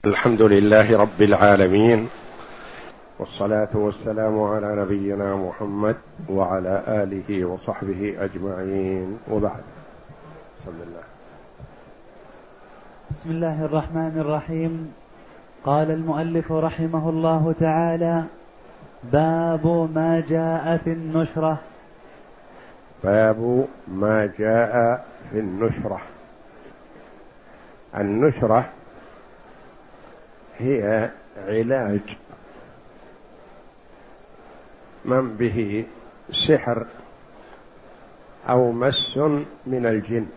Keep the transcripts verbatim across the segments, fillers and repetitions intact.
الحمد لله رب العالمين، والصلاة والسلام على نبينا محمد وعلى آله وصحبه أجمعين، وبعد. بسم الله بسم الله الرحمن الرحيم. قال المؤلف رحمه الله تعالى: باب ما جاء في النشرة. باب ما جاء في النشرة. النشرة هي علاج من به سحر أو مس من الجن،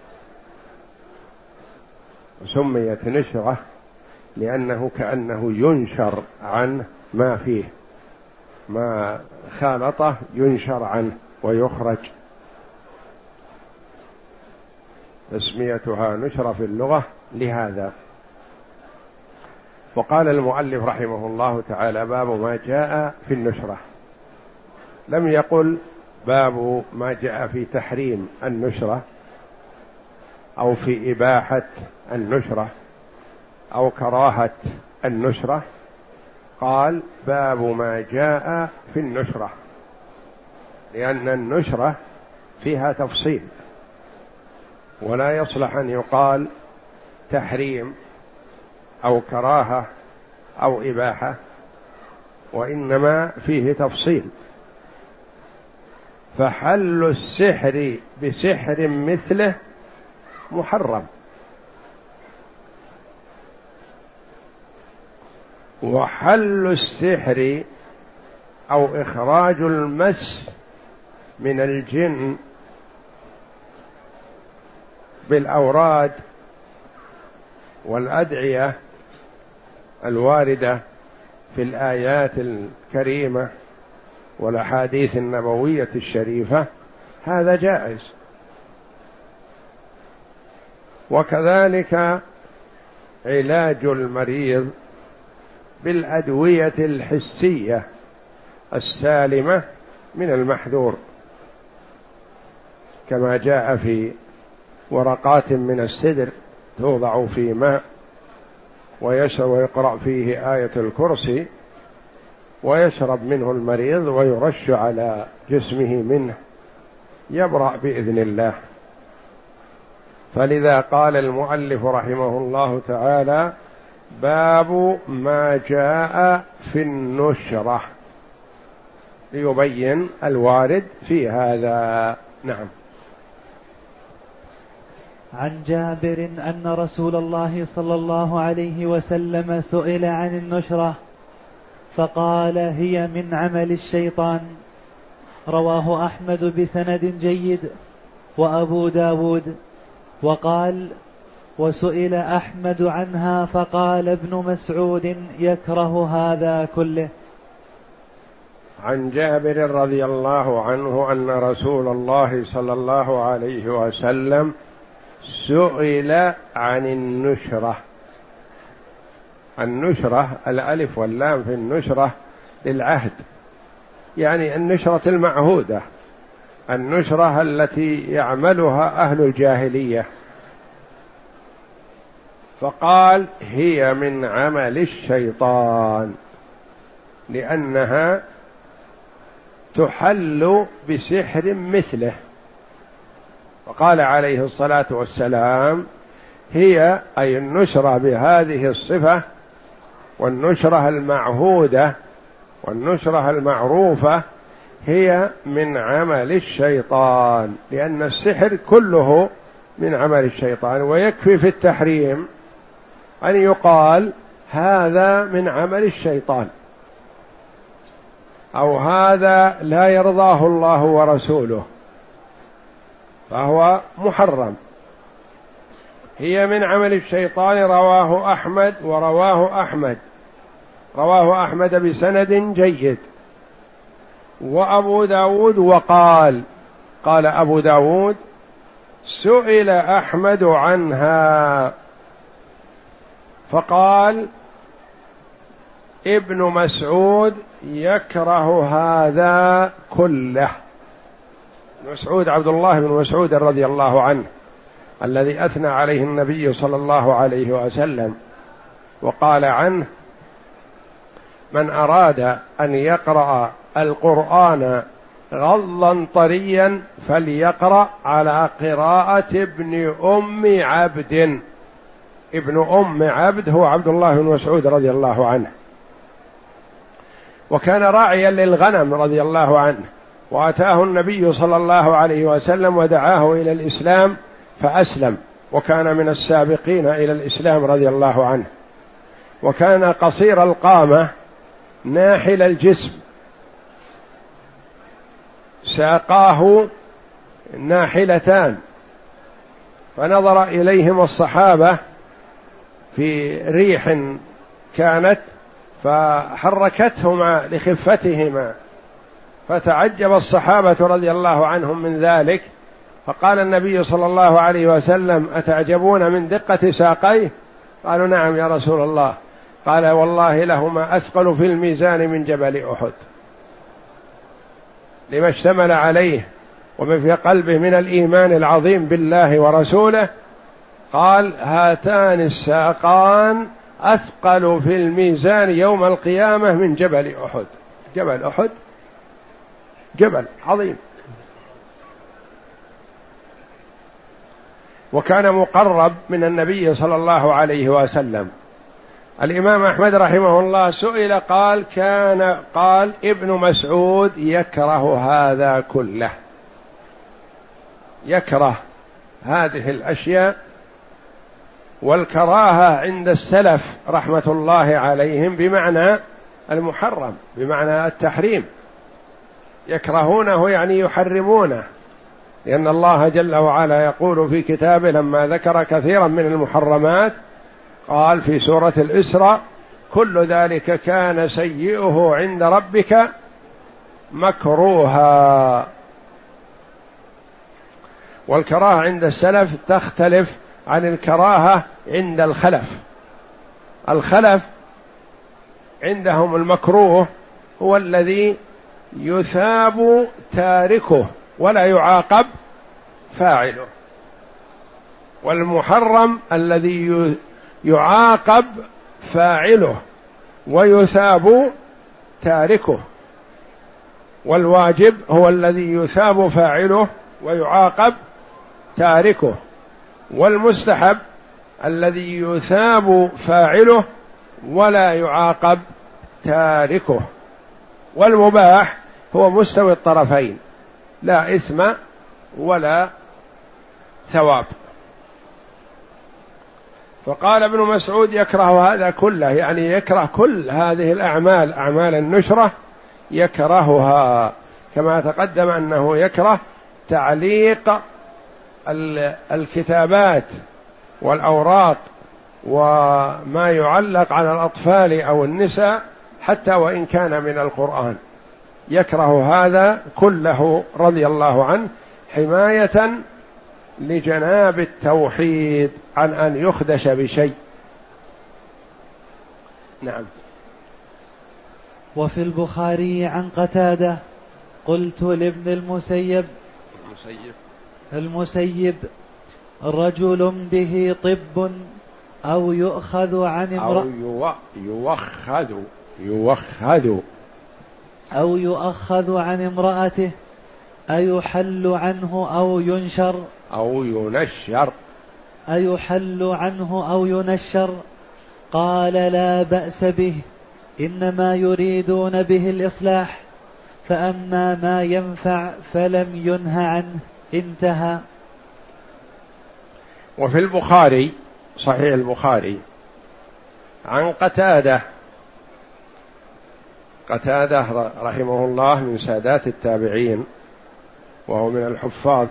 سميت نشرة لأنه كأنه ينشر عنه ما فيه، ما خالطه ينشر عنه ويخرج، تسميتها نشرة في اللغة لهذا. وقال المؤلف رحمه الله تعالى: باب ما جاء في النشرة، لم يقل باب ما جاء في تحريم النشرة أو في إباحة النشرة أو كراهة النشرة، قال باب ما جاء في النشرة، لأن النشرة فيها تفصيل، ولا يصلح أن يقال تحريم أو كراهة أو إباحة، وإنما فيه تفصيل. فحل السحر بسحر مثله محرم، وحل السحر أو إخراج المس من الجن بالأوراد والأدعية الواردة في الآيات الكريمة والأحاديث النبوية الشريفة هذا جائز. وكذلك علاج المريض بالأدوية الحسية السالمة من المحذور، كما جاء في ورقات من السدر توضع في ماء ويشرب ويقرأ فيه آية الكرسي ويشرب منه المريض ويرش على جسمه منه يبرأ بإذن الله. فلذا قال المؤلف رحمه الله تعالى: باب ما جاء في النشرة، ليبين الوارد في هذا. نعم. عن جابر أن رسول الله صلى الله عليه وسلم سئل عن النشرة فقال: هي من عمل الشيطان. رواه أحمد بسند جيد وأبو داود. وقال: وسئل أحمد عنها فقال ابن مسعود: يكره هذا كله. عن جابر رضي الله عنه أن رسول الله صلى الله عليه وسلم سئل عن النشرة. النشرة الألف واللام في النشرة للعهد، يعني النشرة المعهودة، النشرة التي يعملها أهل الجاهلية. فقال: هي من عمل الشيطان، لأنها تحل بسحر مثله. وقال عليه الصلاة والسلام: هي أي النشرة بهذه الصفة والنشرة المعهودة والنشرة المعروفة هي من عمل الشيطان، لأن السحر كله من عمل الشيطان. ويكفي في التحريم أن يقال هذا من عمل الشيطان، أو هذا لا يرضاه الله ورسوله، فهو محرم. هي من عمل الشيطان، رواه أحمد ورواه أحمد رواه أحمد بسند جيد وأبو داود. وقال قال أبو داود: سئل أحمد عنها فقال ابن مسعود: يكره هذا كله. مسعود عبد الله بن مسعود رضي الله عنه الذي أثنى عليه النبي صلى الله عليه وسلم وقال عنه: من أراد أن يقرأ القرآن غضا طريا فليقرأ على قراءة ابن أم عبد. ابن أم عبد هو عبد الله بن مسعود رضي الله عنه، وكان راعيا للغنم رضي الله عنه، وأتاه النبي صلى الله عليه وسلم ودعاه إلى الإسلام فأسلم، وكان من السابقين إلى الإسلام رضي الله عنه. وكان قصير القامة ناحل الجسم، ساقاه ناحلتان، فنظر إليهم الصحابة في ريح كانت فحركتهما لخفتهما، فتعجب الصحابة رضي الله عنهم من ذلك، فقال النبي صلى الله عليه وسلم: أتعجبون من دقة ساقيه؟ قالوا: نعم يا رسول الله. قال: والله لهما أثقل في الميزان من جبل أحد، لما اشتمل عليه وما في قلبه من الإيمان العظيم بالله ورسوله. قال: هاتان الساقان أثقل في الميزان يوم القيامة من جبل أحد. جبل أحد جبل عظيم، وكان مقرب من النبي صلى الله عليه وسلم. الإمام أحمد رحمه الله سئل قال: كان قال ابن مسعود يكره هذا كله، يكره هذه الأشياء. والكراهة عند السلف رحمة الله عليهم بمعنى المحرم، بمعنى التحريم، يكرهونه يعني يحرمونه، لأن الله جل وعلا يقول في كتابه لما ذكر كثيرا من المحرمات قال في سورة الإسراء: كل ذلك كان سيئه عند ربك مكروها. والكراهة عند السلف تختلف عن الكراهة عند الخلف. الخلف عندهم المكروه هو الذي يثاب تاركه ولا يعاقب فاعله، والمحرم الذي يعاقب فاعله ويثاب تاركه، والواجب هو الذي يثاب فاعله ويعاقب تاركه، والمستحب الذي يثاب فاعله ولا يعاقب تاركه، والمباح هو مستوي الطرفين، لا إثم ولا ثواب. فقال ابن مسعود: يكره هذا كله، يعني يكره كل هذه الأعمال، أعمال النشرة يكرهها، كما تقدم أنه يكره تعليق الكتابات والأوراق وما يعلق على الأطفال أو النساء حتى وإن كان من القرآن، يكره هذا كله رضي الله عنه حماية لجناب التوحيد عن أن يخدش بشيء. نعم. وفي البخاري عن قتادة: قلت لابن المسيب المسيب, المسيب رجل به طب أو يؤخذ عن امرأة أو يؤخذ يؤخذ أو يؤخذ عن امرأته أيحل عنه أو ينشر أو ينشر أيحل عنه أو ينشر؟ قال: لا بأس به، إنما يريدون به الإصلاح، فأما ما ينفع فلم ينه عنه. انتهى. وفي البخاري صحيح البخاري عن قتادة قتادة رحمه الله من سادات التابعين، وهو من الحفاظ،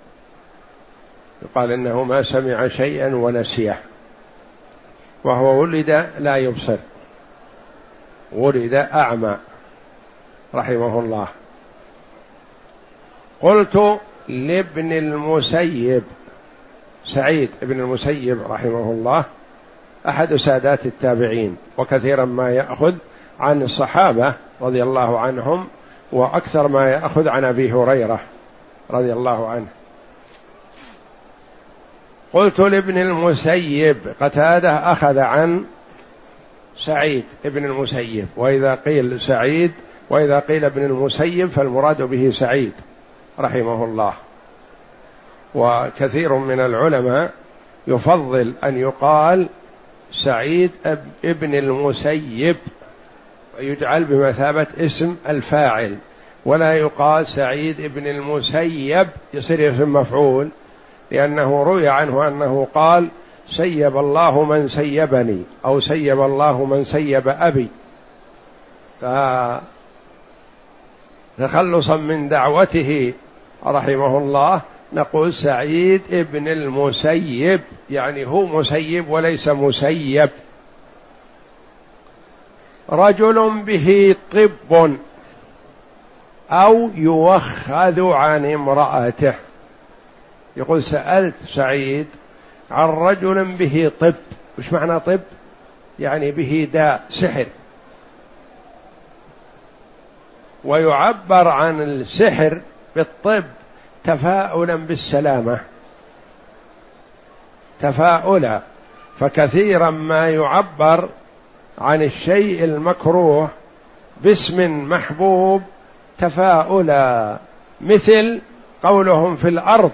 يقال إنه ما سمع شيئا ونسيه، وهو ولد لا يبصر، ولد أعمى رحمه الله. قلت لابن المسيب، سعيد ابن المسيب رحمه الله أحد سادات التابعين، وكثيرا ما يأخذ عن الصحابة رضي الله عنهم، وأكثر ما يأخذ عن أبي هريرة رضي الله عنه. قلت لابن المسيب، قتادة أخذ عن سعيد ابن المسيب، وإذا قيل سعيد وإذا قيل ابن المسيب فالمراد به سعيد رحمه الله. وكثير من العلماء يفضل أن يقال سعيد ابن المسيب ويجعل بمثابة اسم الفاعل، ولا يقال سعيد ابن المسيب يصير اسم مفعول، لأنه روي عنه أنه قال سيب الله من سيبني أو سيب الله من سيب أبي، فتخلصا من دعوته رحمه الله نقول سعيد ابن المسيب، يعني هو مسيب وليس مسيب. رجل به طب أو يوخذ عن امرأته، يقول سألت سعيد عن رجل به طب. وش معنى طب؟ يعني به داء سحر، ويعبر عن السحر بالطب تفاؤلا بالسلامة، تفاؤلا، فكثيرا ما يعبر عن الشيء المكروه باسم محبوب تفاؤلا، مثل قولهم في الأرض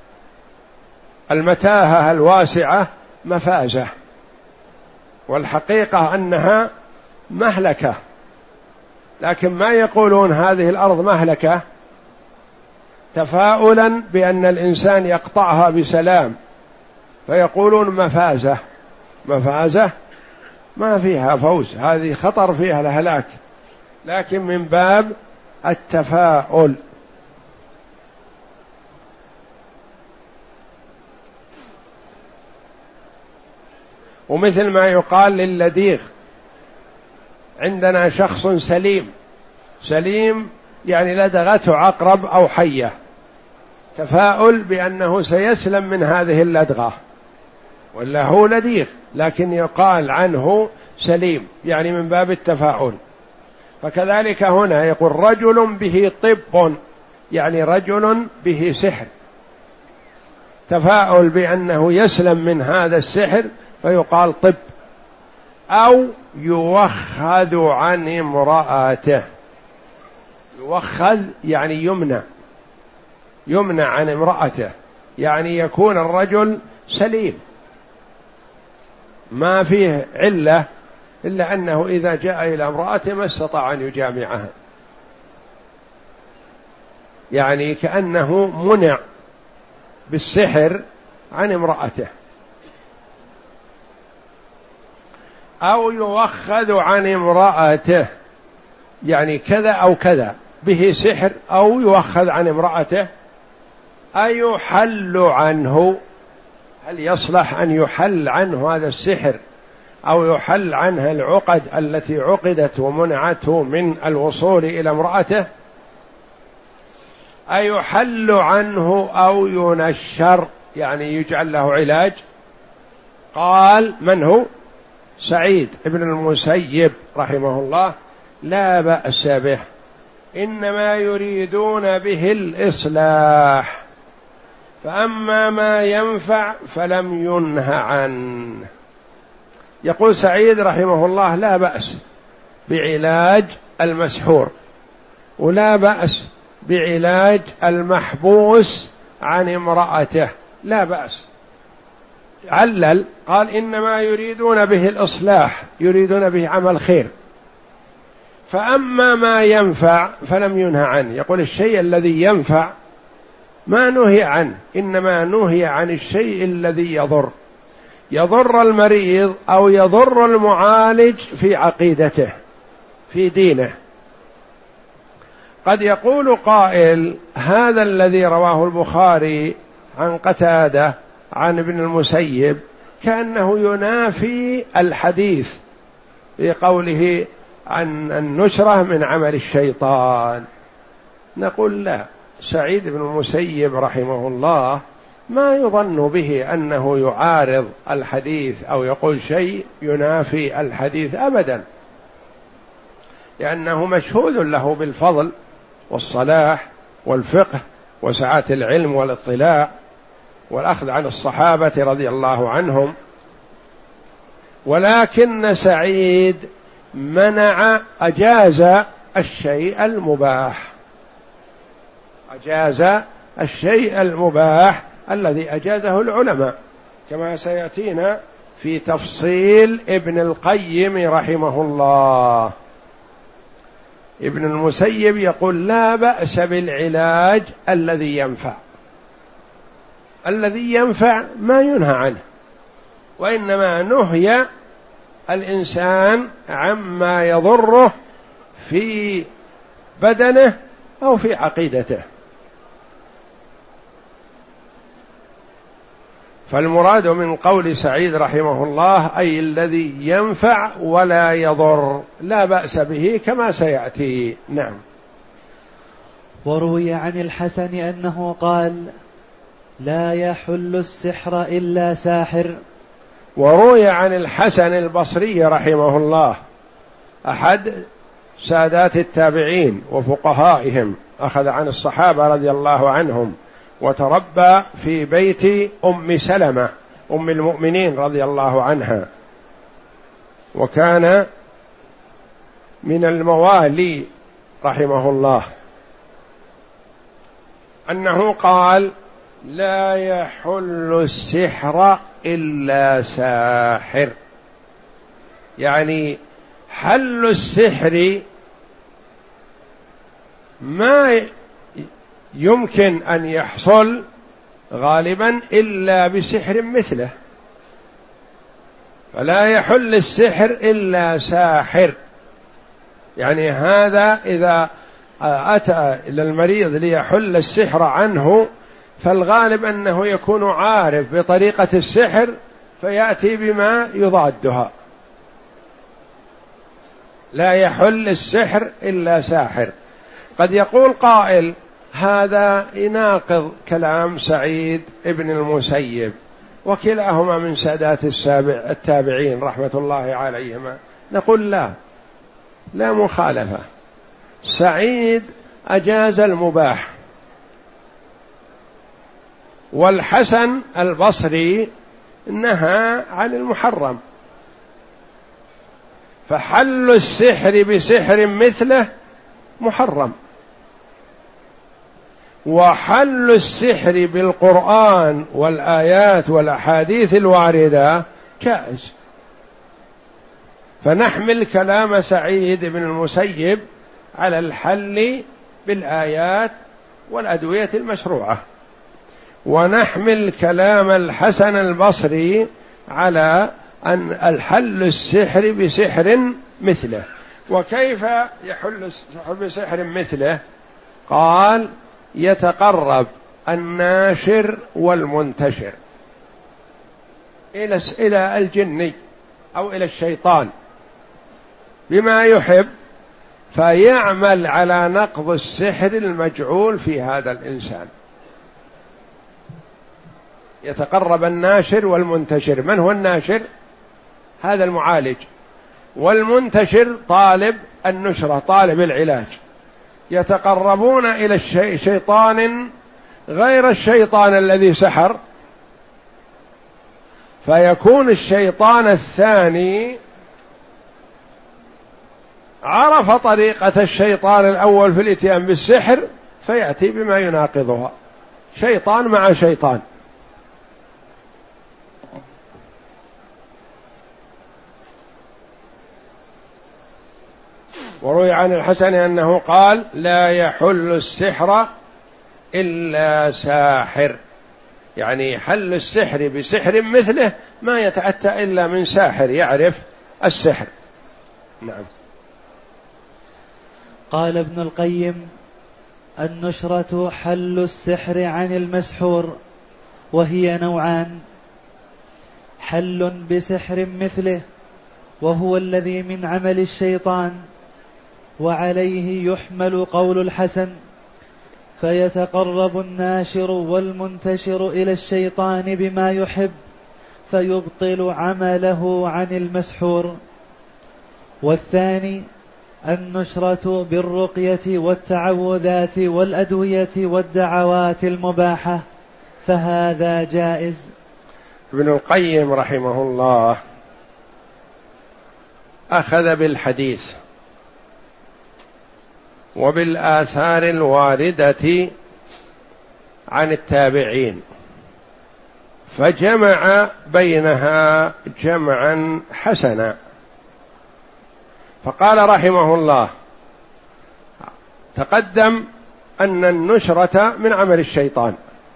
المتاهة الواسعة مفازة، والحقيقة أنها مهلكة، لكن ما يقولون هذه الأرض مهلكة تفاؤلا بأن الإنسان يقطعها بسلام، فيقولون مفازة. مفازة ما فيها فوز، هذه خطر فيها الهلاك، لكن من باب التفاؤل. ومثل ما يقال للديغ، عندنا شخص سليم، سليم يعني لدغته عقرب أو حية، تفاؤل بأنه سيسلم من هذه اللدغة، ولا هو لديغ لكن يقال عنه سليم، يعني من باب التفاؤل. فكذلك هنا يقول رجل به طب، يعني رجل به سحر، تفاؤل بأنه يسلم من هذا السحر فيقال طب. أو يوخذ عن امرأته، يوخذ يعني يمنع، يمنع عن امرأته، يعني يكون الرجل سليم ما فيه علة، إلا أنه إذا جاء إلى امرأته ما استطاع أن يجامعها، يعني كأنه منع بالسحر عن امرأته. أو يوخذ عن امرأته، يعني كذا أو كذا، به سحر أو يوخذ عن امرأته. أيحل عنه، هل يصلح أن يحل عنه هذا السحر أو يحل عنها العقد التي عقدت ومنعته من الوصول إلى امرأته؟ أيحل عنه أو ينشر، يعني يجعل له علاج. قال من هو؟ سعيد ابن المسيب رحمه الله لا بأس به، إنما يريدون به الإصلاح، فأما ما ينفع فلم ينه عنه. يقول سعيد رحمه الله لا بأس بعلاج المسحور، ولا بأس بعلاج المحبوس عن امرأته، لا بأس. علل قال إنما يريدون به الإصلاح، يريدون به عمل خير. فأما ما ينفع فلم ينهى عنه، يقول الشيء الذي ينفع ما نهي عنه، إنما نهي عن الشيء الذي يضر، يضر المريض أو يضر المعالج في عقيدته في دينه. قد يقول قائل هذا الذي رواه البخاري عن قتادة عن ابن المسيب كأنه ينافي الحديث في قوله عن النشرة من عمل الشيطان. نقول لا، سعيد بن المسيب رحمه الله ما يظن به أنه يعارض الحديث أو يقول شيء ينافي الحديث أبدا، لأنه مشهود له بالفضل والصلاح والفقه وسعة العلم والاطلاع والأخذ عن الصحابة رضي الله عنهم. ولكن سعيد منع أجاز الشيء المباح، أجاز الشيء المباح الذي أجازه العلماء، كما سيأتينا في تفصيل ابن القيم رحمه الله. ابن المسيب يقول لا بأس بالعلاج الذي ينفع، الذي ينفع ما ينهى عنه، وإنما نهي الإنسان عما يضره في بدنه أو في عقيدته. فالمراد من قول سعيد رحمه الله أي الذي ينفع ولا يضر، لا بأس به كما سيأتي. نعم. وروي عن الحسن أنه قال لا يحل السحر إلا ساحر. وروي عن الحسن البصري رحمه الله أحد سادات التابعين وفقهائهم، أخذ عن الصحابة رضي الله عنهم، وتربى في بيت أم سلمة أم المؤمنين رضي الله عنها، وكان من الموالي رحمه الله، أنه قال لا يحل السحر إلا ساحر، يعني حل السحر ما يمكن أن يحصل غالبا إلا بسحر مثله، فلا يحل السحر إلا ساحر. يعني هذا إذا أتى إلى المريض ليحل السحر عنه فالغالب أنه يكون عارف بطريقة السحر فيأتي بما يضادها. لا يحل السحر إلا ساحر. قد يقول قائل هذا يناقض كلام سعيد ابن المسيب، وكلاهما من سادات التابعين رحمة الله عليهما. نقول لا، لا مخالفة. سعيد أجاز المباح، والحسن البصري نهى عن المحرم، فحل السحر بسحر مثله محرم، وحل السحر بالقرآن والآيات والأحاديث الواردة جائز. فنحمل كلام سعيد بن المسيب على الحل بالآيات والأدوية المشروعة، ونحمل كلام الحسن البصري على أن الحل السحر بسحر مثله. وكيف يحل السحر بسحر مثله؟ قال يتقرب الناشر والمنتشر إلى إلى الجن أو إلى الشيطان بما يحب، فيعمل على نقض السحر المجعول في هذا الإنسان. يتقرب الناشر والمنتشر. من هو الناشر؟ هذا المعالج، والمنتشر طالب النشرة طالب العلاج. يتقربون إلى الشي... شيطان غير الشيطان الذي سحر، فيكون الشيطان الثاني عرف طريقة الشيطان الأول في الاتيان بالسحر فيأتي بما يناقضها، شيطان مع شيطان. وروي عن الحسن أنه قال لا يحل السحر إلا ساحر، يعني حل السحر بسحر مثله ما يتأتى إلا من ساحر يعرف السحر. نعم. قال ابن القيم النشرة حل السحر عن المسحور، وهي نوعان: حل بسحر مثله وهو الذي من عمل الشيطان، وعليه يحمل قول الحسن، فيتقرب الناشر والمنتشر إلى الشيطان بما يحب فيبطل عمله عن المسحور. والثاني النشرة بالرقية والتعوذات والأدوية والدعوات المباحة، فهذا جائز. ابن القيم رحمه الله أخذ بالحديث وبالآثار الواردة عن التابعين، فجمع بينها جمعا حسنا. فقال رحمه الله: تقدم أن النشرة من عمل الشيطان،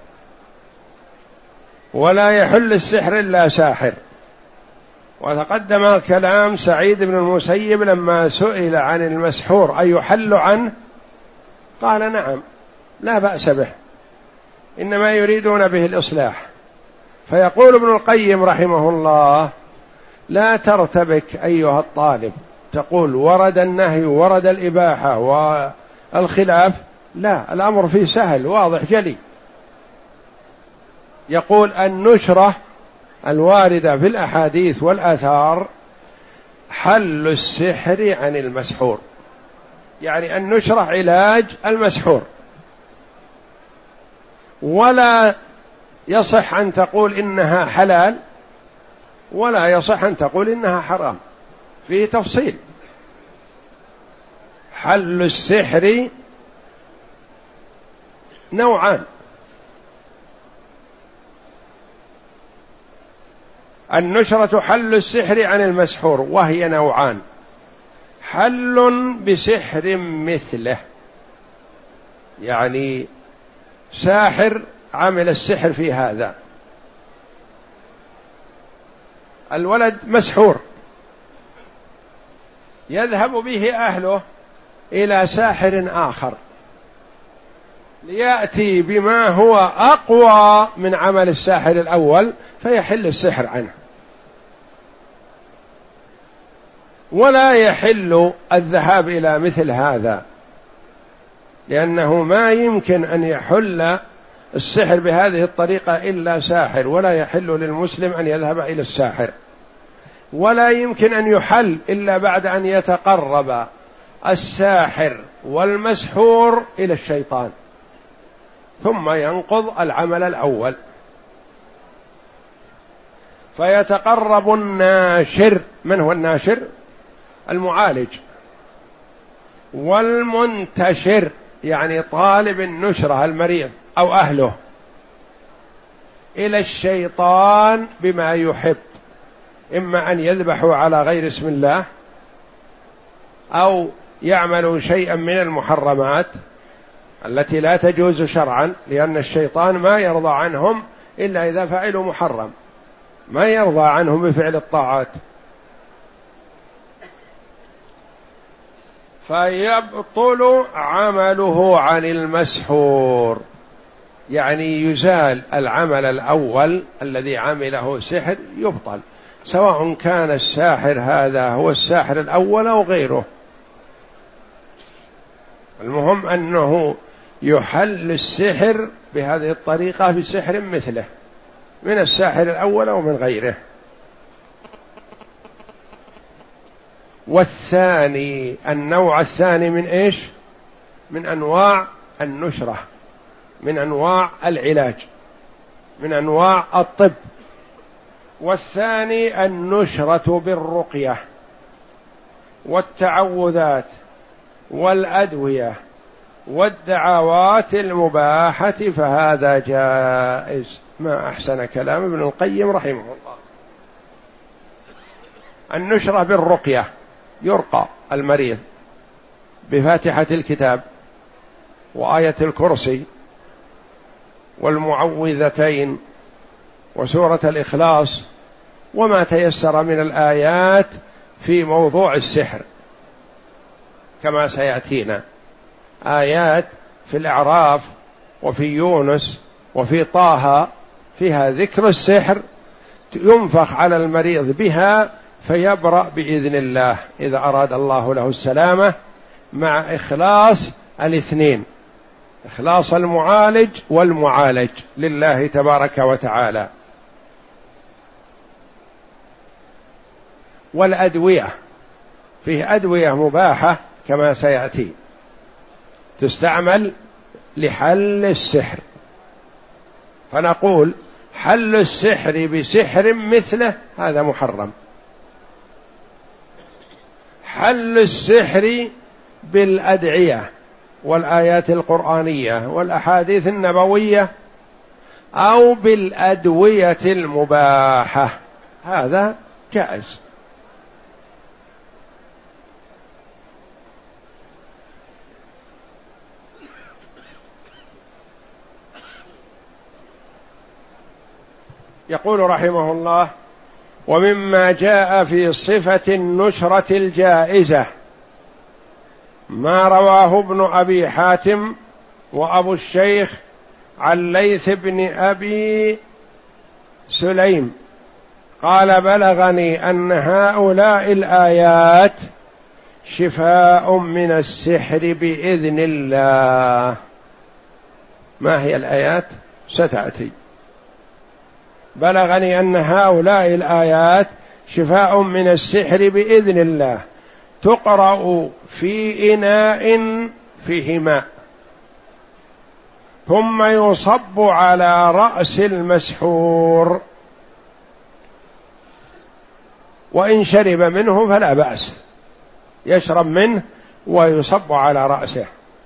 ولا يحل السحر إلا ساحر. وتقدم كلام سعيد بن المسيب لما سئل عن المسحور أيحل عنه، قال: نعم لا بأس به، إنما يريدون به الإصلاح. فيقول ابن القيم رحمه الله: لا ترتبك أيها الطالب تقول ورد النهي ورد الإباحة والخلاف، لا، الأمر فيه سهل واضح جلي. يقول: النشرة الواردة في الأحاديث والآثار حل السحر عن المسحور، يعني النشرة علاج المسحور، ولا يصح أن تقول إنها حلال ولا يصح أن تقول إنها حرام، فيه تفصيل. حل السحر نوعان: النشرة حل السحر عن المسحور، وهي نوعان: حل بسحر مثله، يعني ساحر عمل السحر في هذا، الولد مسحور، يذهب به أهله إلى ساحر آخر ليأتي بما هو أقوى من عمل الساحر الأول فيحل السحر عنه. ولا يحل الذهاب إلى مثل هذا، لأنه ما يمكن أن يحل السحر بهذه الطريقة إلا ساحر، ولا يحل للمسلم أن يذهب إلى الساحر، ولا يمكن أن يحل إلا بعد أن يتقرب الساحر والمسحور إلى الشيطان ثم ينقض العمل الأول. فيتقرب الناشر، من هو الناشر؟ المعالج، والمنتشر يعني طالب النشرة المريض أو أهله، إلى الشيطان بما يحب، إما أن يذبحوا على غير اسم الله، أو يعملوا شيئا من المحرمات التي لا تجوز شرعا، لأن الشيطان ما يرضى عنهم إلا إذا فعلوا محرم، ما يرضى عنهم بفعل الطاعات. فيبطل عمله عن المسحور، يعني يزال العمل الأول الذي عمله سحر، يبطل، سواء كان الساحر هذا هو الساحر الأول أو غيره، المهم أنه يحل السحر بهذه الطريقة بسحر مثله من الساحر الأول أو من غيره. والثاني، النوع الثاني من إيش؟ من أنواع النشرة، من أنواع العلاج، من أنواع الطب. والثاني النشرة بالرقية والتعوذات والأدوية والدعوات المباحة، فهذا جائز. ما أحسن كلام ابن القيم رحمه الله. النشرة بالرقية، يرقى المريض بفاتحة الكتاب وآية الكرسي والمعوذتين وسورة الإخلاص وما تيسر من الآيات في موضوع السحر، كما سيأتينا آيات في الأعراف وفي يونس وفي طه فيها ذكر السحر، ينفخ على المريض بها فيبرأ بإذن الله إذا أراد الله له السلامة، مع إخلاص الاثنين، إخلاص المعالج والمعالج لله تبارك وتعالى. والأدوية، فيه أدوية مباحة كما سيأتي تستعمل لحل السحر، فنقول حل السحر بسحر مثله هذا محرم. حل السحر بالأدعية والآيات القرآنية والأحاديث النبوية أو بالأدوية المباحة، هذا جائز. يقول رحمه الله: ومما جاء في صفة النشرة الجائزة ما رواه ابن أبي حاتم وأبو الشيخ عن ليث بن أبي سليم قال: بلغني أن هؤلاء الآيات شفاء من السحر بإذن الله. ما هي الآيات؟ ستأتي. بلغني أن هؤلاء الآيات شفاء من السحر بإذن الله، تقرأ في إناء فيه ماء، ثم يصب على رأس المسحور، وإن شرب منه فلا بأس، يشرب منه ويصب على رأسه.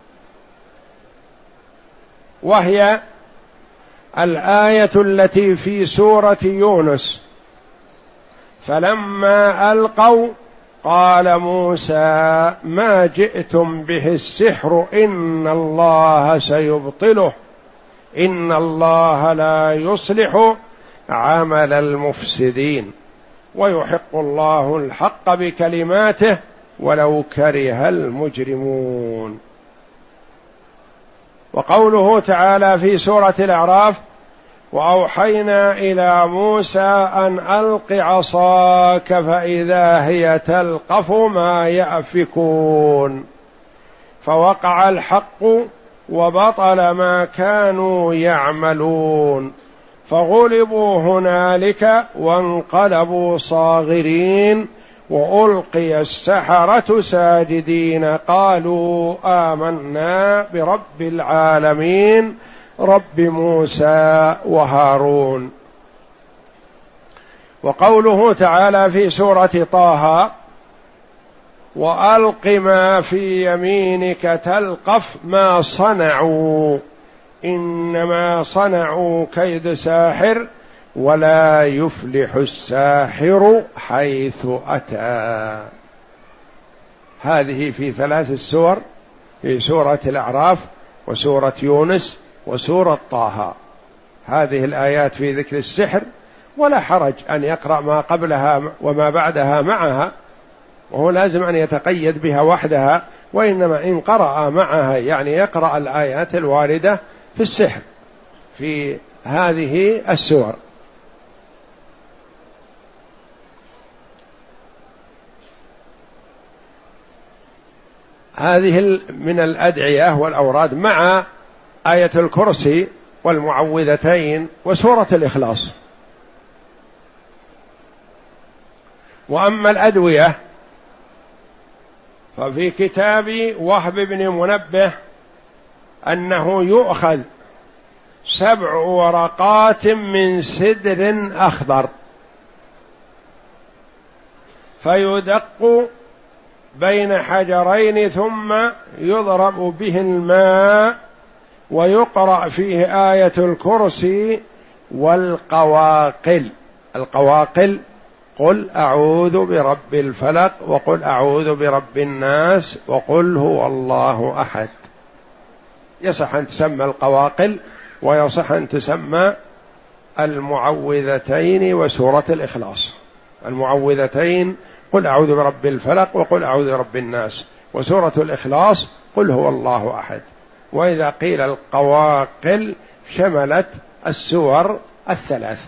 وهي الآية التي في سورة يونس: فلما ألقوا قال موسى ما جئتم به السحر إن الله سيبطله إن الله لا يصلح عمل المفسدين ويحق الله الحق بكلماته ولو كره المجرمون. وقوله تعالى في سورة الأعراف: وأوحينا إلى موسى أن ألق عصاك فإذا هي تلقف ما يأفكون، فوقع الحق وبطل ما كانوا يعملون، فغلبوا هنالك وانقلبوا صاغرين، وألقي السحرة ساجدين قالوا آمنا برب العالمين رب موسى وهارون. وقوله تعالى في سورة طه: وألق ما في يمينك تلقف ما صنعوا إنما صنعوا كيد ساحر ولا يفلح الساحر حيث أتى. هذه في ثلاث السور، في سورة الأعراف وسورة يونس وسورة طه، هذه الآيات في ذكر السحر، ولا حرج أن يقرأ ما قبلها وما بعدها معها، وهو لازم أن يتقيد بها وحدها، وإنما إن قرأ معها يعني يقرأ الآيات الواردة في السحر في هذه السور. هذه من الأدعية والأوراد مع آية الكرسي والمعوذتين وسورة الإخلاص. وأما الأدوية ففي كتاب وهب بن منبه أنه يؤخذ سبع ورقات من سدر أخضر فيدق بين حجرين ثم يضرب به الماء ويقرأ فيه آية الكرسي والقواقل. القواقل: قل أعوذ برب الفلق، وقل أعوذ برب الناس، وقل هو الله أحد. يصح أن تسمى القواقل، ويصح أن تسمى المعوذتين وسورة الإخلاص. المعوذتين: قل أعوذ برب الفلق، وقل أعوذ برب الناس، وسورة الإخلاص: قل هو الله أحد. وإذا قيل القواقل شملت السور الثلاث.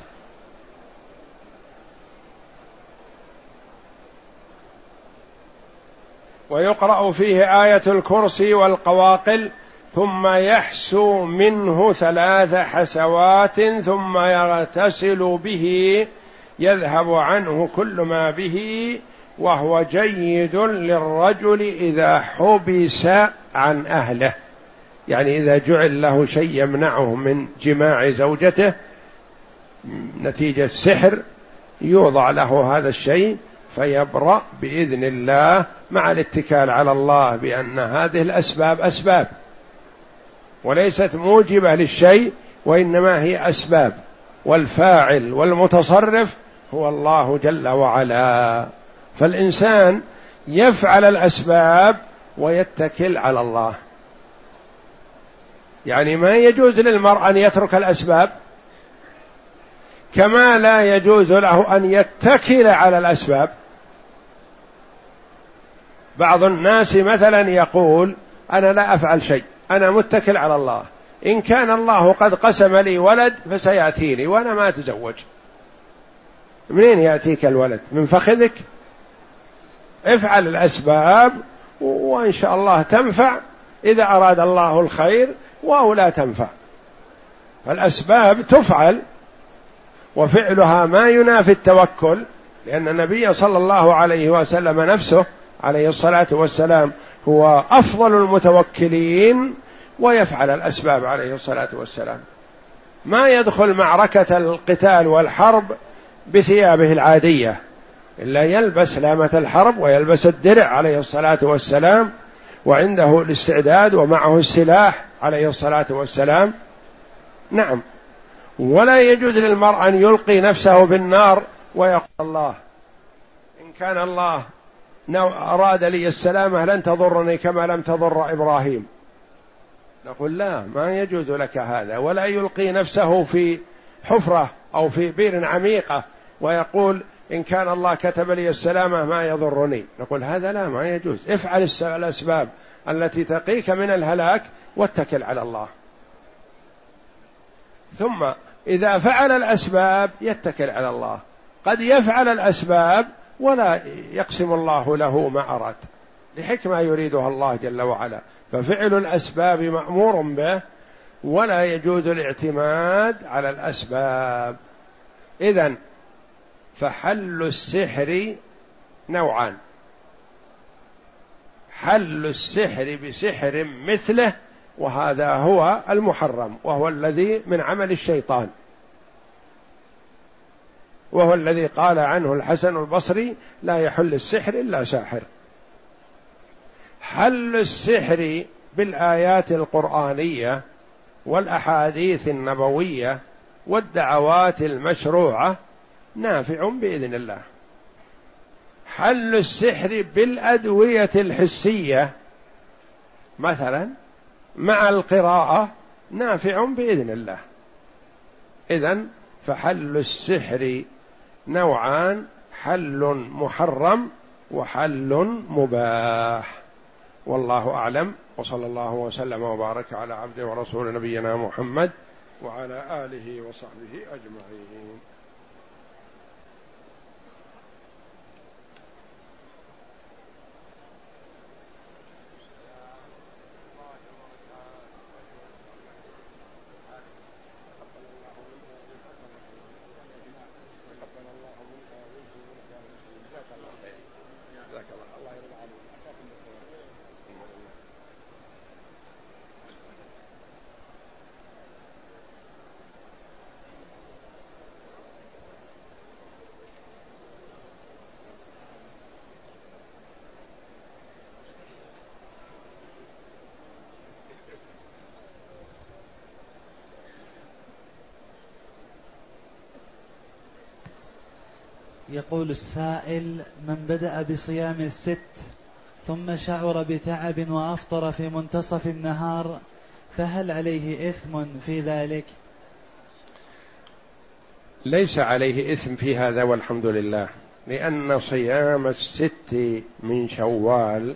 ويقرأ فيه آية الكرسي والقواقل، ثم يحسو منه ثلاث حسوات ثم يغتسل به يذهب عنه كل ما به، وهو جيد للرجل إذا حبس عن أهله، يعني إذا جعل له شيء يمنعه من جماع زوجته نتيجة السحر يوضع له هذا الشيء فيبرأ بإذن الله مع الاتكال على الله بأن هذه الأسباب أسباب وليست موجبة للشيء، وإنما هي أسباب، والفاعل والمتصرف هو الله جل وعلا. فالإنسان يفعل الأسباب ويتكل على الله. يعني ما يجوز للمرء أن يترك الأسباب، كما لا يجوز له أن يتكل على الأسباب. بعض الناس مثلا يقول أنا لا أفعل شيء، أنا متكل على الله، إن كان الله قد قسم لي ولد فسيأتيني وأنا ما أتزوج. منين يأتيك الولد؟ من فخذك؟ افعل الأسباب وإن شاء الله تنفع إذا أراد الله الخير، أو لا تنفع. فالأسباب تفعل، وفعلها ما ينافي التوكل، لأن النبي صلى الله عليه وسلم نفسه عليه الصلاة والسلام هو أفضل المتوكلين ويفعل الأسباب عليه الصلاة والسلام. ما يدخل معركة القتال والحرب بثيابه العادية، إلا يلبس لامة الحرب ويلبس الدرع عليه الصلاة والسلام، وعنده الاستعداد ومعه السلاح عليه الصلاة والسلام. نعم. ولا يجوز للمرء أن يلقي نفسه بالنار ويقول الله إن كان الله أراد لي السلامة لن تضرني كما لم تضر إبراهيم. نقول لا، ما يجوز لك هذا. ولا يلقي نفسه في حفرة أو في بئر عميقة ويقول إن كان الله كتب لي السلامة ما يضرني. نقول هذا لا، ما يجوز. افعل الأسباب التي تقيك من الهلاك واتكل على الله. ثم إذا فعل الأسباب يتكل على الله. قد يفعل الأسباب ولا يقسم الله له ما أراد لحكمة يريدها الله جل وعلا. ففعل الأسباب مأمور به، ولا يجوز الاعتماد على الأسباب. إذن فحل السحر نوعان: حل السحر بسحر مثله، وهذا هو المحرم، وهو الذي من عمل الشيطان، وهو الذي قال عنه الحسن البصري لا يحل السحر إلا ساحر. حل السحر بالآيات القرآنية والأحاديث النبوية والدعوات المشروعة نافع بإذن الله. حل السحر بالأدوية الحسية مثلا مع القراءة نافع بإذن الله. إذن فحل السحر نوعان: حل محرم وحل مباح. والله أعلم، وصلى الله وسلم وبارك على عبده ورسول نبينا محمد وعلى آله وصحبه أجمعين. يقول السائل: من بدأ بصيام الست ثم شعر بتعب وأفطر في منتصف النهار فهل عليه إثم في ذلك؟ ليس عليه إثم في هذا والحمد لله، لأن صيام الست من شوال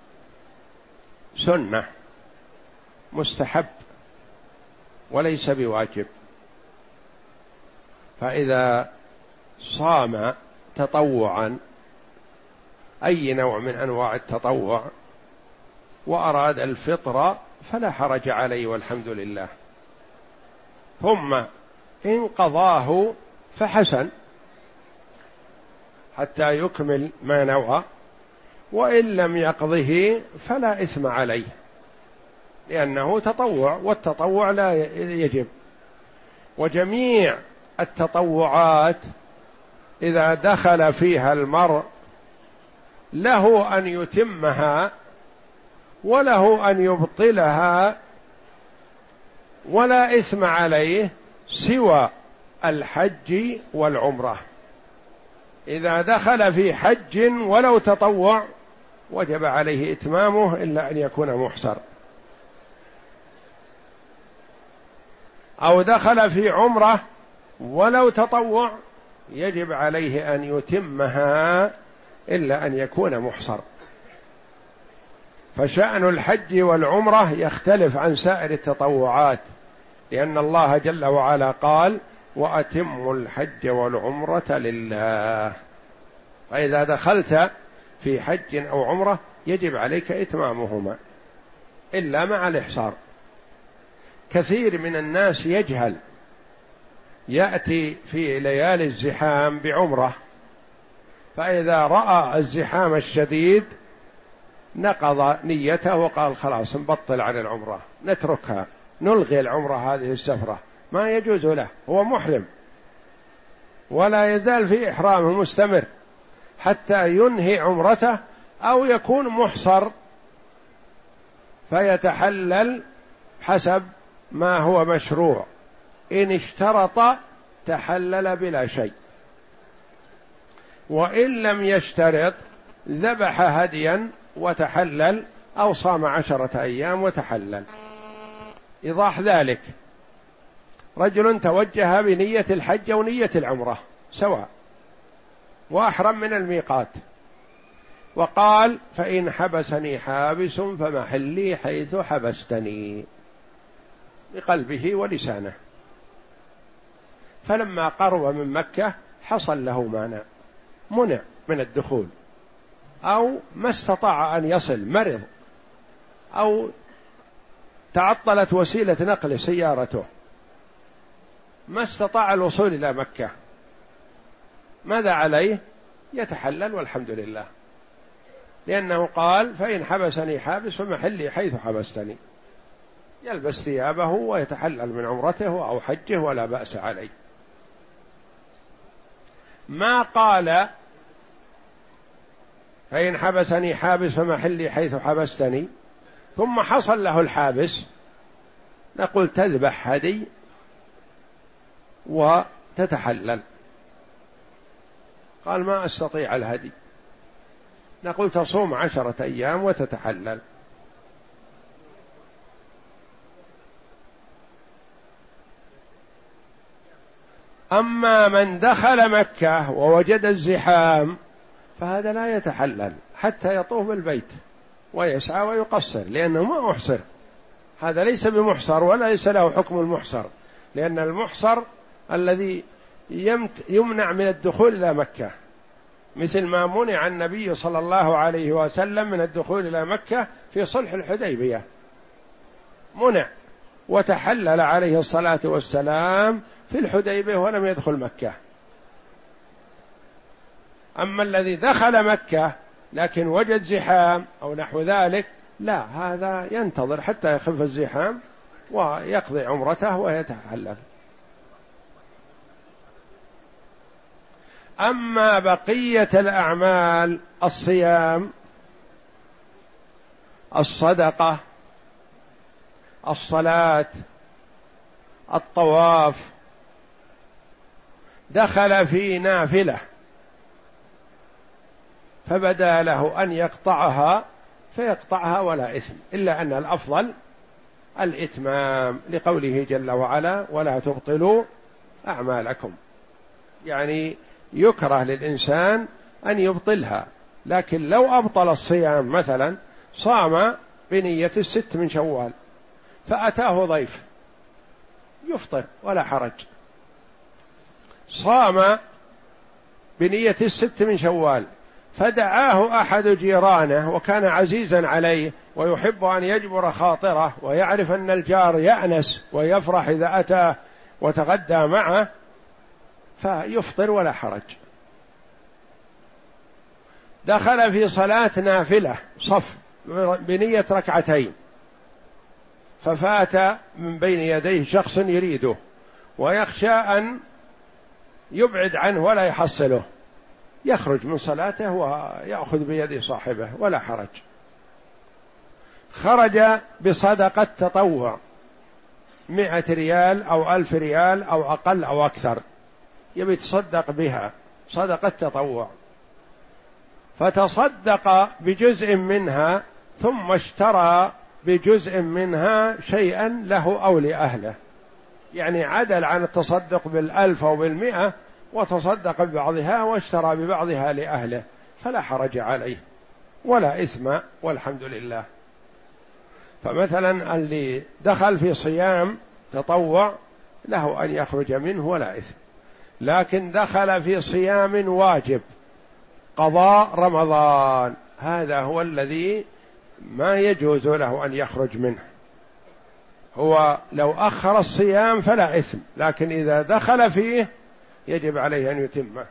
سنة مستحب وليس بواجب. فإذا صام تطوعا أي نوع من أنواع التطوع وأراد الفطر فلا حرج عليه والحمد لله، ثم إن قضاه فحسن حتى يكمل ما نوى، وإن لم يقضه فلا إثم عليه لأنه تطوع، والتطوع لا يجب. وجميع التطوعات إذا دخل فيها المرء له أن يتمها وله أن يبطلها، ولا إثم عليه سوى الحج والعمرة. إذا دخل في حج ولو تطوع وجب عليه إتمامه إلا أن يكون محصر، أو دخل في عمرة ولو تطوع يجب عليه أن يتمها إلا أن يكون محصر. فشأن الحج والعمرة يختلف عن سائر التطوعات، لأن الله جل وعلا قال: وأتموا الحج والعمرة لله. فإذا دخلت في حج أو عمرة يجب عليك إتمامهما إلا مع الإحصار. كثير من الناس يجهل، يأتي في ليالي الزحام بعمرة، فإذا رأى الزحام الشديد نقض نيته وقال: خلاص نبطل عن العمرة، نتركها، نلغي العمرة هذه السفرة. ما يجوز له، هو محرم ولا يزال في إحرامه مستمر حتى ينهي عمرته أو يكون محصر فيتحلل حسب ما هو مشروع. إن اشترط تحلل بلا شيء، وإن لم يشترط ذبح هديا وتحلل، أو صام عشرة أيام وتحلل. إيضاح ذلك: رجل توجه بنية الحج ونية العمرة سواء، وأحرم من الميقات، وقال: فإن حبسني حابس فمحلي حيث حبستني، بقلبه ولسانه. فلما قرب من مكة حصل له مانع، منع من الدخول، أو ما استطاع أن يصل، مرض، أو تعطلت وسيلة نقل سيارته، ما استطاع الوصول إلى مكة. ماذا عليه؟ يتحلل والحمد لله، لأنه قال: فإن حبسني حابس فمحلي حيث حبستني. يلبس ثيابه ويتحلل من عمرته أو حجه ولا بأس عليه. ما قال: فإن حبسني حابس فمحلي حيث حبستني، ثم حصل له الحابس، نقول تذبح هدي وتتحلل. قال: ما أستطيع الهدي، نقول تصوم عشرة أيام وتتحلل. أما من دخل مكة ووجد الزحام فهذا لا يتحلل حتى يطوف بالبيت ويسعى ويقصر، لأنه ما أحصر. هذا ليس بمحصر ولا ليس له حكم المحصر، لأن المحصر الذي يمنع من الدخول إلى مكة، مثل ما منع النبي صلى الله عليه وسلم من الدخول إلى مكة في صلح الحديبية، منع وتحلل عليه الصلاة والسلام في الحديبية ولم يدخل مكة. أما الذي دخل مكة لكن وجد زحام أو نحو ذلك، لا، هذا ينتظر حتى يخف الزحام ويقضي عمرته ويتحلل. أما بقية الأعمال: الصيام، الصدقة، الصلاة، الطواف، دخل في نافلة فبدا له أن يقطعها فيقطعها ولا إثم، إلا أن الأفضل الإتمام، لقوله جل وعلا: ولا تبطلوا أعمالكم. يعني يكره للإنسان أن يبطلها، لكن لو أبطل الصيام مثلا، صام بنية الست من شوال فأتاه ضيف يفطر ولا حرج، صام بنية الست من شوال فدعاه أحد جيرانه وكان عزيزا عليه ويحب أن يجبر خاطره ويعرف أن الجار يأنس ويفرح إذا أتاه وتغدى معه، فيفطر ولا حرج. دخل في صلاة نافلة صف بنية ركعتين ففات من بين يديه شخص يريده ويخشى أن يبعد عنه ولا يحصله، يخرج من صلاته ويأخذ بيد صاحبه ولا حرج. خرج بصدقة تطوع مئة ريال أو ألف ريال أو أقل أو أكثر، يبي يتصدق بها صدقة تطوع، فتصدق بجزء منها ثم اشترى بجزء منها شيئا له أو لأهله، يعني عدل عن التصدق بالألف أو بالمئة وتصدق ببعضها واشترى ببعضها لأهله، فلا حرج عليه ولا إثم والحمد لله. فمثلا اللي دخل في صيام تطوع له أن يخرج منه ولا إثم، لكن دخل في صيام واجب قضاء رمضان هذا هو الذي ما يجوز له أن يخرج منه. هو لو أخر الصيام فلا إثم، لكن إذا دخل فيه يجب عليه أن يتمه.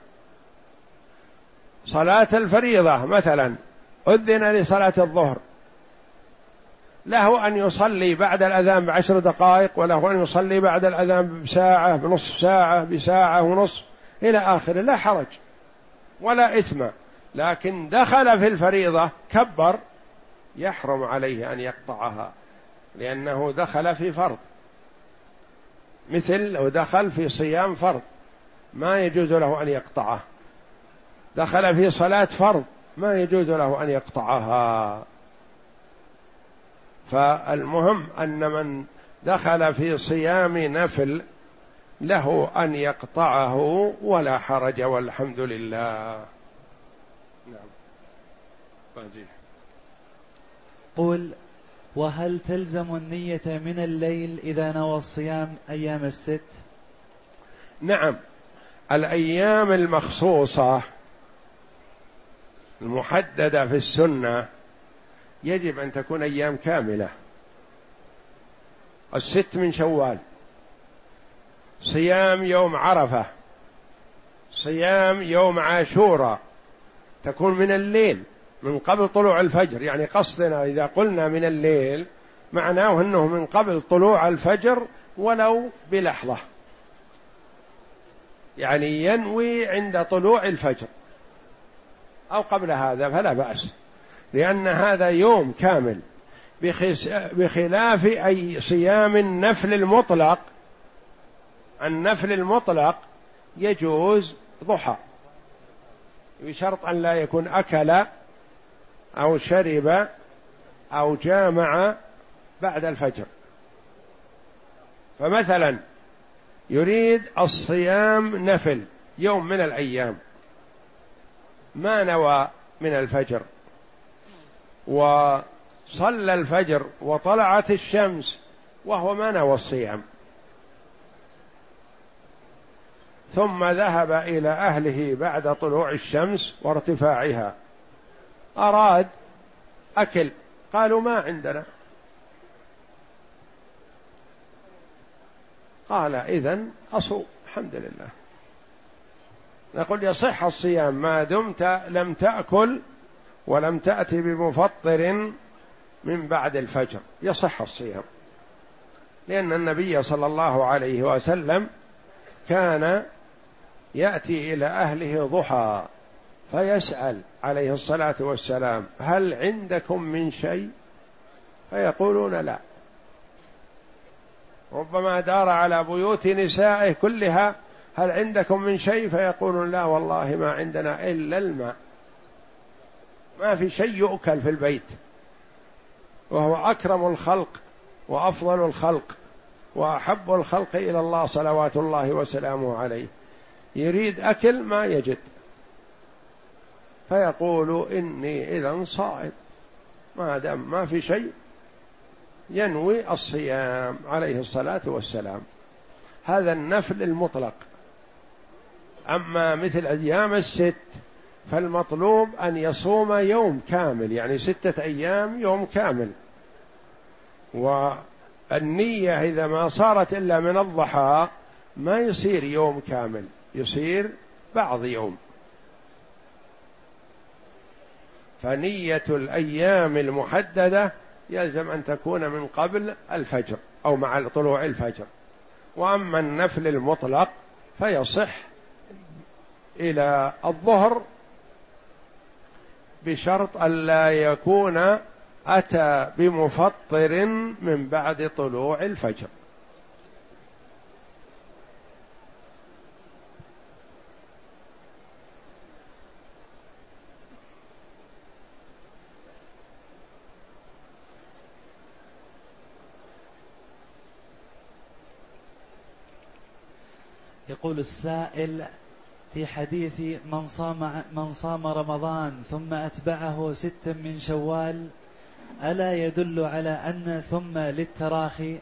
صلاة الفريضة مثلا أذن لصلاة الظهر، له أن يصلي بعد الأذان بعشر دقائق، وله أن يصلي بعد الأذان بساعة بنصف ساعة بساعة ونصف إلى آخره، لا حرج ولا إثم. لكن دخل في الفريضة كبر يحرم عليه أن يقطعها، لأنه دخل في فرض، مثل لو دخل في صيام فرض ما يجوز له أن يقطعه، دخل في صلاة فرض ما يجوز له أن يقطعها. فالمهم أن من دخل في صيام نفل له أن يقطعه ولا حرج والحمد لله. نعم. قل: وهل تلزم النية من الليل إذا نوى الصيام أيام الست؟ نعم، الأيام المخصوصة المحددة في السنة يجب أن تكون أيام كاملة. الست من شوال، صيام يوم عرفة، صيام يوم عاشوراء، تكون من الليل من قبل طلوع الفجر. يعني قصدنا إذا قلنا من الليل معناه أنه من قبل طلوع الفجر ولو بلحظة، يعني ينوي عند طلوع الفجر أو قبل هذا فلا بأس، لأن هذا يوم كامل، بخلاف أي صيام النفل المطلق. النفل المطلق يجوز ضحى بشرط أن لا يكون أكل أو شرب أو جامع بعد الفجر. فمثلا يريد الصيام نفل يوم من الأيام، ما نوى من الفجر وصلى الفجر وطلعت الشمس وهو ما نوى الصيام، ثم ذهب إلى أهله بعد طلوع الشمس وارتفاعها، أراد أكل، قالوا ما عندنا، قال إذن أصوم الحمد لله. نقول يصح الصيام ما دمت لم تأكل ولم تأتي بمفطر من بعد الفجر، يصح الصيام، لأن النبي صلى الله عليه وسلم كان يأتي إلى أهله ضحى فيسأل عليه الصلاة والسلام: هل عندكم من شيء؟ فيقولون لا. ربما دار على بيوت نسائه كلها: هل عندكم من شيء؟ فيقولون لا والله ما عندنا إلا الماء، ما في شيء يؤكل في البيت، وهو أكرم الخلق وأفضل الخلق وأحب الخلق إلى الله صلوات الله وسلامه عليه، يريد أكل ما يجد، فيقول إني إذن صائم، ما دام ما في شيء ينوي الصيام عليه الصلاة والسلام. هذا النفل المطلق. أما مثل أيام الست فالمطلوب أن يصوم يوم كامل، يعني ستة أيام يوم كامل، والنية إذا ما صارت إلا من الضحى ما يصير يوم كامل، يصير بعض يوم. فنية الأيام المحددة يلزم أن تكون من قبل الفجر أو مع طلوع الفجر. وأما النفل المطلق فيصح إلى الظهر بشرط ألا يكون أتى بمفطر من بعد طلوع الفجر. يقول السائل: في حديث من صام من صام رمضان ثم أتبعه ستا من شوال، ألا يدل على أن ثم للتراخي؟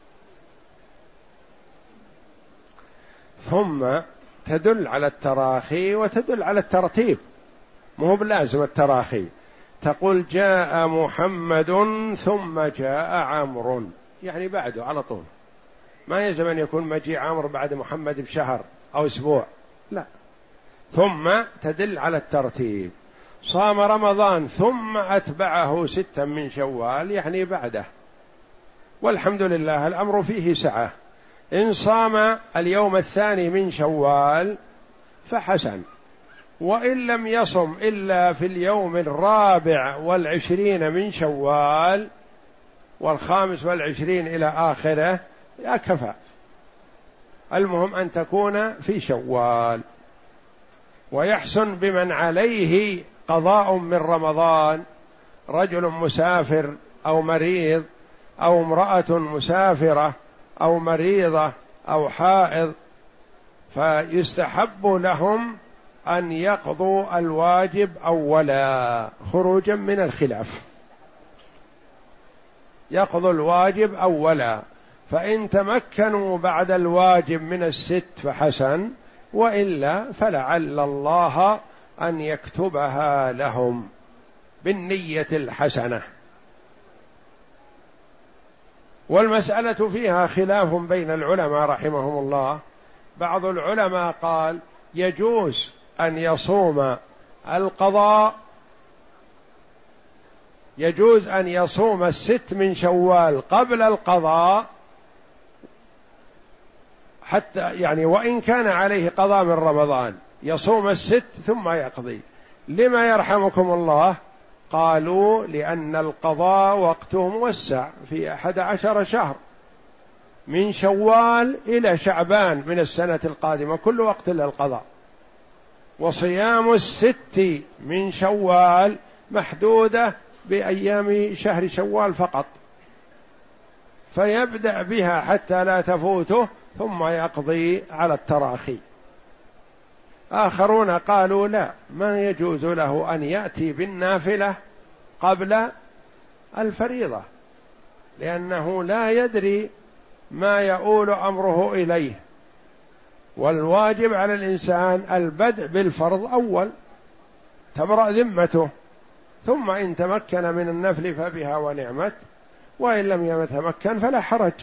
ثم تدل على التراخي وتدل على الترتيب، مو بلازم التراخي. تقول جاء محمد ثم جاء عمرو، يعني بعده على طول، ما يلزم أن يكون مجيء عمرو بعد محمد بشهر أو أسبوع، لا، ثم تدل على الترتيب. صام رمضان ثم أتبعه ستا من شوال، يعني بعده، والحمد لله الأمر فيه سعة. إن صام اليوم الثاني من شوال فحسن، وإن لم يصم إلا في اليوم الرابع والعشرين من شوال والخامس والعشرين إلى آخره يا كفى، المهم أن تكون في شوال. ويحسن بمن عليه قضاء من رمضان، رجل مسافر أو مريض أو امرأة مسافرة أو مريضة أو حائض، فيستحب لهم أن يقضوا الواجب أولا خروجا من الخلاف، يقضوا الواجب أولا، فإن تمكنوا بعد الواجب من الست فحسن، وإلا فلعل الله أن يكتبها لهم بالنية الحسنة. والمسألة فيها خلاف بين العلماء رحمهم الله. بعض العلماء قال يجوز أن يصوم القضاء، يجوز أن يصوم الست من شوال قبل القضاء، حتى يعني وإن كان عليه قضاء من رمضان يصوم الست ثم يقضي. لما يرحمكم الله؟ قالوا لأن القضاء وقته موسع في أحد عشر شهر، من شوال إلى شعبان من السنة القادمة كل وقت للقضاء، وصيام الست من شوال محدودة بأيام شهر شوال فقط، فيبدأ بها حتى لا تفوته ثم يقضي على التراخي. آخرون قالوا لا، ما يجوز له أن يأتي بالنافلة قبل الفريضة، لأنه لا يدري ما يؤول أمره إليه، والواجب على الإنسان البدء بالفرض أول تبرأ ذمته، ثم إن تمكن من النفل فبها ونعمت، وإن لم يتمكن فلا حرج.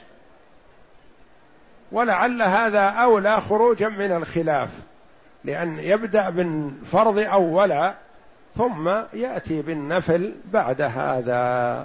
ولعل هذا أولى خروجا من الخلاف، لأن يبدأ بالفرض أولا ثم يأتي بالنفل بعد هذا.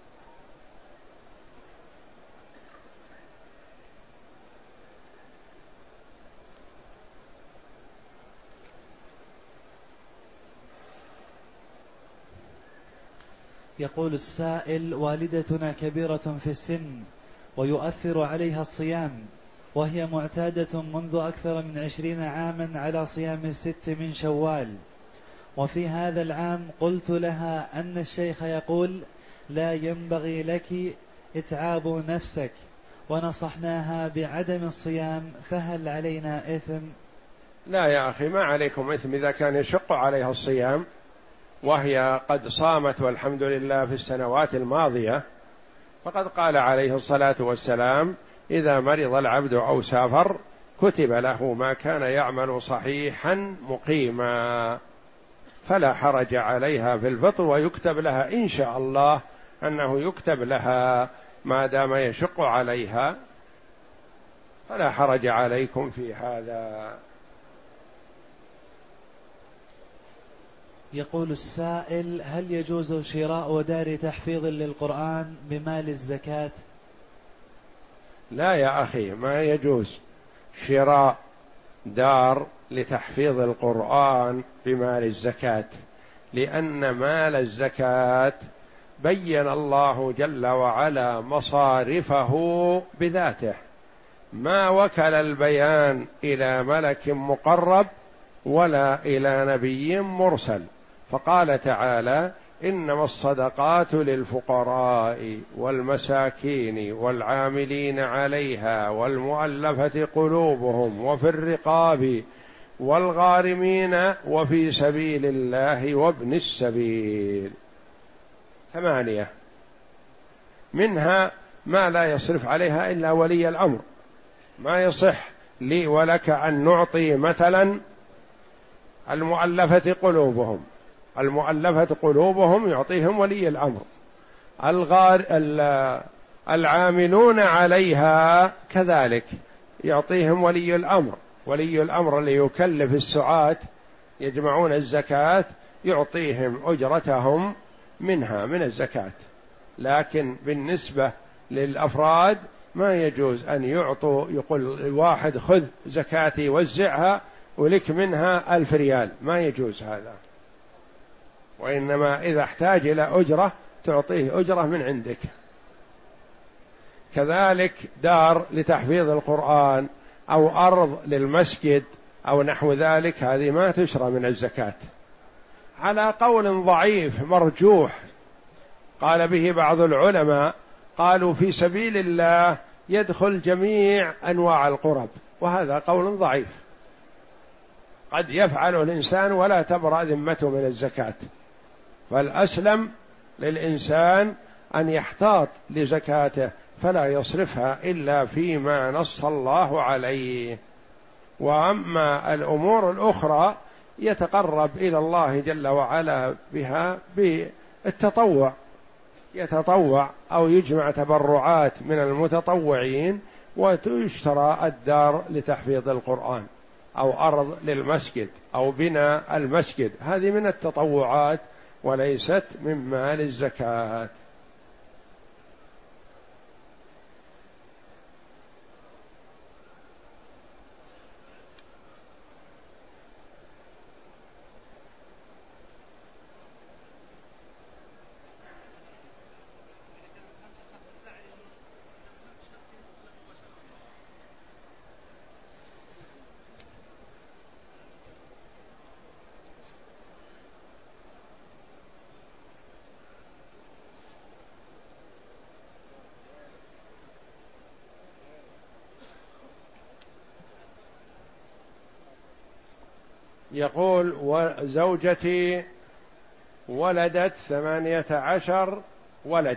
يقول السائل: والدتنا كبيرة في السن ويؤثر عليها الصيام، وهي معتادة منذ أكثر من عشرين عاما على صيام الست من شوال، وفي هذا العام قلت لها أن الشيخ يقول لا ينبغي لك إتعاب نفسك، ونصحناها بعدم الصيام، فهل علينا إثم؟ لا يا أخي، ما عليكم إثم إذا كان يشق عليها الصيام وهي قد صامت والحمد لله في السنوات الماضية، فقد قال عليه الصلاة والسلام: إذا مرض العبد أو سافر كتب له ما كان يعمل صحيحا مقيما، فلا حرج عليها في الفطر، ويكتب لها إن شاء الله أنه يكتب لها ما دام يشق عليها، فلا حرج عليكم في هذا. يقول السائل: هل يجوز شراء دار تحفيظ للقرآن بمال الزكاة؟ لا يا أخي، ما يجوز شراء دار لتحفيظ القرآن بمال الزكاة، لأن مال الزكاة بين الله جل وعلا مصارفه بذاته، ما وكل البيان إلى ملك مقرب ولا إلى نبي مرسل، فقال تعالى: إنما الصدقات للفقراء والمساكين والعاملين عليها والمؤلفة قلوبهم وفي الرقاب والغارمين وفي سبيل الله وابن السبيل. ثمانية، منها ما لا يصرف عليها إلا ولي الأمر، ما يصح لي ولك أن نعطي مثلا المؤلفة قلوبهم، المؤلفة قلوبهم يعطيهم ولي الأمر، الغار العاملون عليها كذلك يعطيهم ولي الأمر، ولي الأمر اللي يكلف السعاة يجمعون الزكاة يعطيهم أجرتهم منها من الزكاة. لكن بالنسبة للأفراد ما يجوز أن يعطوا، يقول واحد خذ زكاتي وزعها ولك منها ألف ريال، ما يجوز هذا، وإنما إذا احتاج إلى أجرة تعطيه أجرة من عندك. كذلك دار لتحفيظ القرآن أو أرض للمسجد أو نحو ذلك، هذه ما تشرى من الزكاة على قول ضعيف مرجوح قال به بعض العلماء، قالوا في سبيل الله يدخل جميع أنواع القرب، وهذا قول ضعيف، قد يفعله الإنسان ولا تبرأ ذمته من الزكاة، فالأسلم للإنسان أن يحتاط لزكاته فلا يصرفها إلا فيما نص الله عليه. وأما الأمور الأخرى يتقرب إلى الله جل وعلا بها بالتطوع، يتطوع أو يجمع تبرعات من المتطوعين وتشترى الدار لتحفيظ القرآن أو أرض للمسجد أو بناء المسجد، هذه من التطوعات وليست من مال الزكاة. يقول: وزوجتي ولدت ثمانية عشر ولد،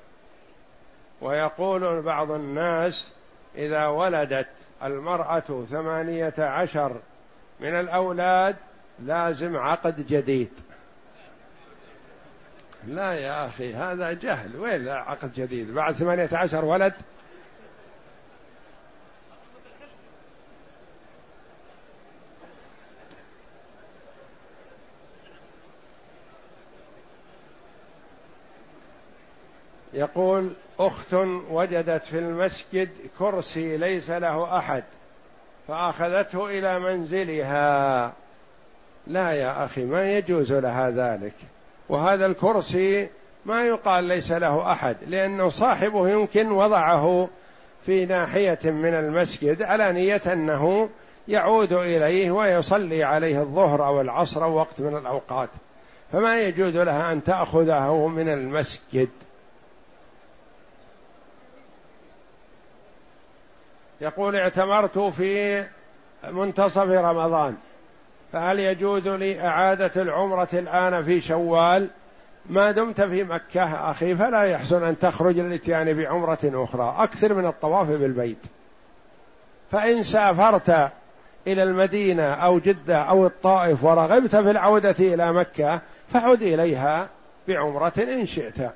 ويقول بعض الناس إذا ولدت المرأة ثمانية عشر من الأولاد لازم عقد جديد. لا يا أخي، هذا جهل، وين عقد جديد بعد ثمانية عشر ولد؟ يقول: أخت وجدت في المسجد كرسي ليس له أحد فأخذته إلى منزلها. لا يا أخي، ما يجوز لها ذلك، وهذا الكرسي ما يقال ليس له أحد، لأنه صاحبه يمكن وضعه في ناحية من المسجد على نية أنه يعود إليه ويصلي عليه الظهر أو العصر أو وقت من الأوقات، فما يجوز لها أن تأخذه من المسجد. يقول: اعتمرت في منتصف رمضان، فهل يجوز لي إعادة العمرة الآن في شوال؟ ما دمت في مكة أخي فلا يحسن أن تخرج للإتيان بعمرة أخرى، أكثر من الطواف بالبيت. فإن سافرت إلى المدينة أو جدة أو الطائف ورغبت في العودة إلى مكة فعد إليها بعمرة إن شئت.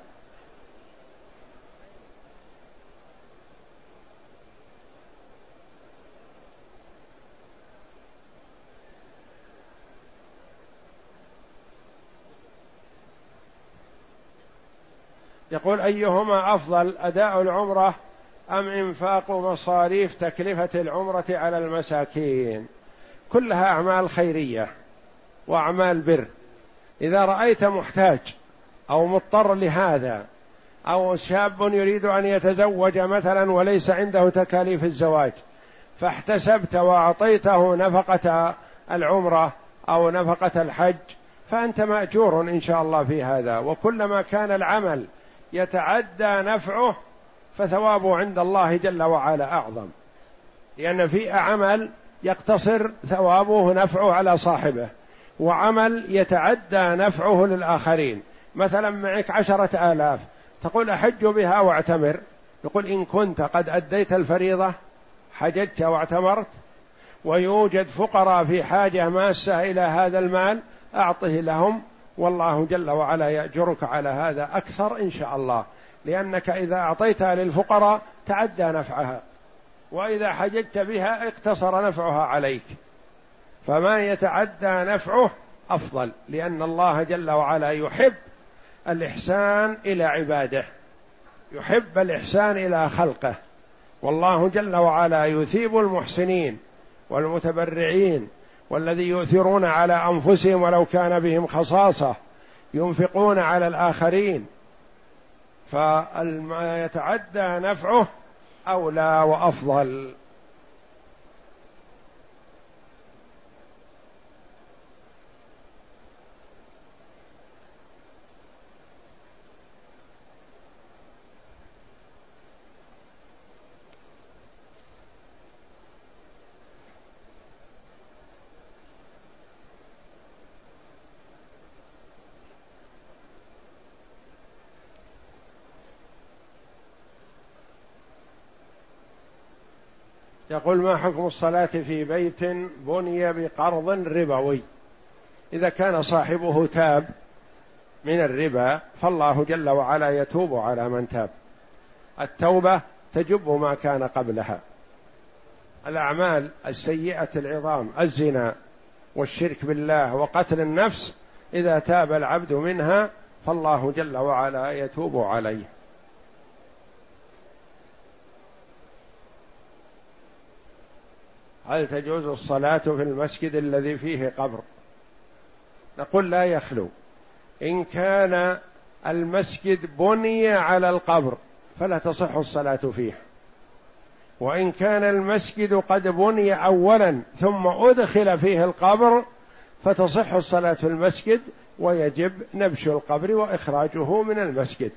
يقول: أيهما أفضل، أداء العمرة أم إنفاق مصاريف تكلفة العمرة على المساكين؟ كلها أعمال خيرية وأعمال بر، إذا رأيت محتاج أو مضطر لهذا، أو شاب يريد أن يتزوج مثلا وليس عنده تكاليف الزواج، فاحتسبت وأعطيته نفقة العمرة أو نفقة الحج، فأنت مأجور إن شاء الله في هذا. وكلما كان العمل يتعدى نفعه فثوابه عند الله جل وعلا أعظم، لأن في عمل يقتصر ثوابه نفعه على صاحبه، وعمل يتعدى نفعه للآخرين. مثلا معك عشرة آلاف، تقول أحج بها واعتمر، يقول إن كنت قد أديت الفريضة حججت واعتمرت، ويوجد فقراء في حاجة ماسة إلى هذا المال أعطه لهم، والله جل وعلا يأجرك على هذا أكثر إن شاء الله، لأنك إذا أعطيتها للفقراء تعدى نفعها، وإذا حججت بها اقتصر نفعها عليك، فما يتعدى نفعه أفضل، لأن الله جل وعلا يحب الإحسان إلى عباده، يحب الإحسان إلى خلقه، والله جل وعلا يثيب المحسنين والمتبرعين والذي يؤثرون على أنفسهم ولو كان بهم خصاصة، ينفقون على الآخرين، فما يتعدى نفعه أولى وأفضل. يقول: ما حكم الصلاة في بيت بني بقرض ربوي؟ إذا كان صاحبه تاب من الربا فالله جل وعلا يتوب على من تاب، التوبة تجب ما كان قبلها. الأعمال السيئة العظام، الزنا والشرك بالله وقتل النفس، إذا تاب العبد منها فالله جل وعلا يتوب عليه. هل تجوز الصلاة في المسجد الذي فيه قبر؟ نقول: لا يخلو. إن كان المسجد بني على القبر فلا تصح الصلاة فيه، وإن كان المسجد قد بني أولا ثم أدخل فيه القبر فتصح الصلاة في المسجد، ويجب نبش القبر وإخراجه من المسجد.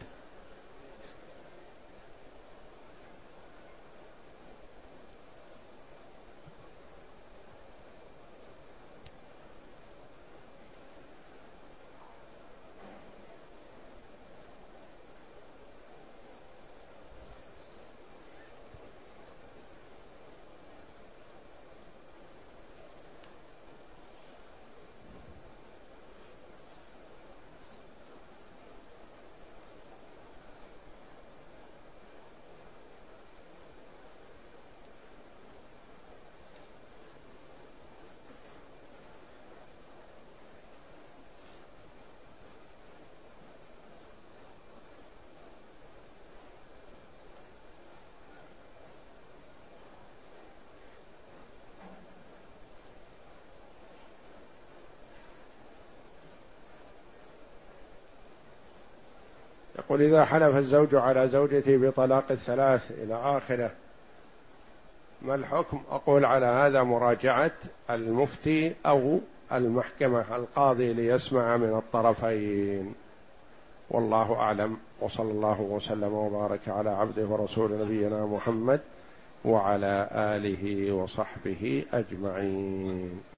يقول: إذا حلف الزوج على زوجته بطلاق الثلاث إلى آخره ما الحكم؟ أقول على هذا مراجعة المفتي أو المحكمة القاضي ليسمع من الطرفين، والله أعلم. وصلى الله وسلم وبارك على عبده ورسول نبينا محمد وعلى آله وصحبه أجمعين.